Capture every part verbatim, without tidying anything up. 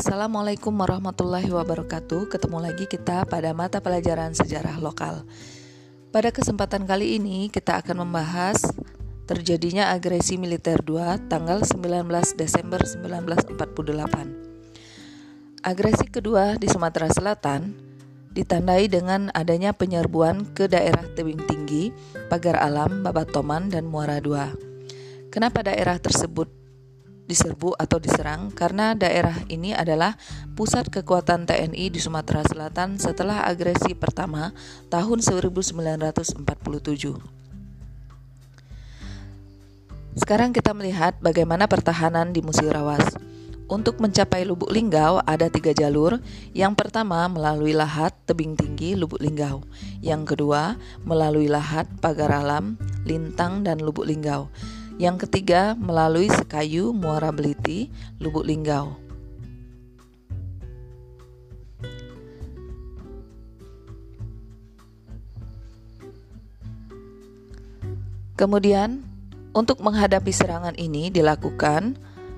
Assalamualaikum warahmatullahi wabarakatuh. Ketemu lagi kita pada mata pelajaran sejarah lokal. Pada kesempatan kali ini kita akan membahas terjadinya agresi militer dua tanggal sembilan belas Desember seribu sembilan ratus empat puluh delapan. Agresi kedua di Sumatera Selatan ditandai dengan adanya penyerbuan ke daerah tebing tinggi, Pagar Alam, Babatoman, dan Muara II. Kenapa daerah tersebut diserbu atau diserang? Karena daerah ini adalah pusat kekuatan T N I di Sumatera Selatan setelah agresi pertama tahun seribu sembilan ratus empat puluh tujuh. Sekarang kita melihat bagaimana pertahanan di Musirawas. Untuk mencapai Lubuk Linggau ada tiga jalur. Yang pertama melalui Lahat, tebing tinggi, Lubuk Linggau. Yang kedua melalui Lahat, Pagar Alam, Lintang, dan Lubuk Linggau. Yang ketiga melalui Sekayu, Muara Beliti, Lubuk Linggau. Kemudian untuk menghadapi serangan ini dilakukan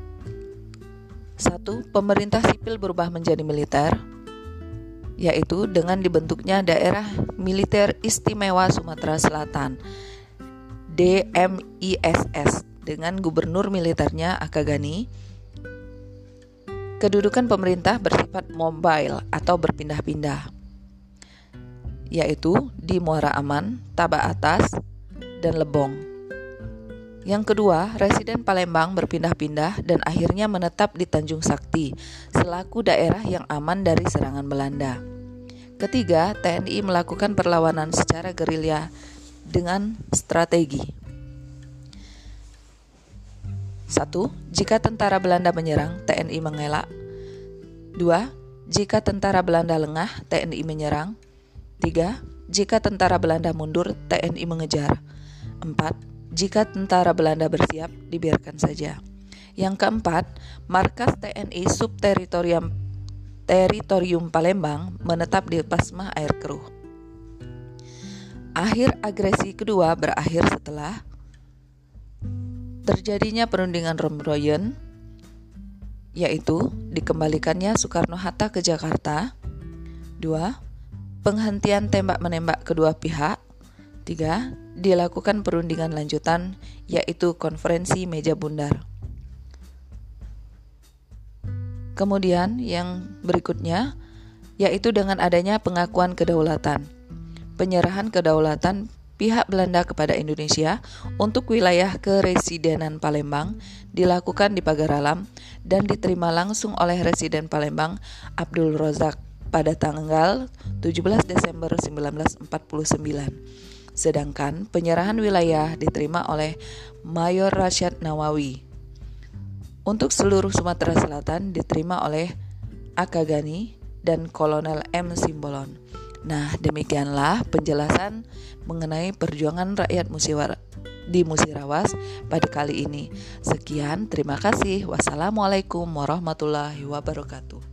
satu, pemerintah sipil berubah menjadi militer, yaitu dengan dibentuknya Daerah Militer Istimewa Sumatera Selatan D M I S S dengan gubernur militernya Akagani. Kedudukan pemerintah bersifat mobile atau berpindah-pindah, yaitu di Muara Aman, Taba Atas, dan Lebong. Yang kedua, residen Palembang berpindah-pindah dan akhirnya menetap di Tanjung Sakti selaku daerah yang aman dari serangan Belanda. Ketiga, T N I melakukan perlawanan secara gerilya dengan strategi. Satu, jika tentara Belanda menyerang, T N I mengelak. Dua, jika tentara Belanda lengah, T N I menyerang. Tiga, jika tentara Belanda mundur, T N I mengejar. Empat, jika tentara Belanda bersiap, dibiarkan saja. Yang keempat, markas T N I subteritorium teritorium Palembang menetap di Pasmah Air Keruh. Akhir agresi kedua berakhir setelah terjadinya perundingan Romroyen, yaitu dikembalikannya Soekarno-Hatta ke Jakarta. Dua, penghentian tembak-menembak kedua pihak. Tiga, dilakukan perundingan lanjutan, yaitu konferensi meja bundar. Kemudian yang berikutnya, yaitu dengan adanya pengakuan kedaulatan. Penyerahan kedaulatan pihak Belanda kepada Indonesia untuk wilayah keresidenan Palembang dilakukan di Pagar Alam dan diterima langsung oleh Residen Palembang Abdul Rozak pada tanggal tujuh belas Desember seribu sembilan ratus empat puluh sembilan. Sedangkan penyerahan wilayah diterima oleh Mayor Rasyad Nawawi. Untuk seluruh Sumatera Selatan diterima oleh Akagani dan Kolonel M. Simbolon. Nah, demikianlah penjelasan mengenai perjuangan rakyat Musiwar di Musirawas pada kali ini. Sekian, terima kasih. Wassalamualaikum warahmatullahi wabarakatuh.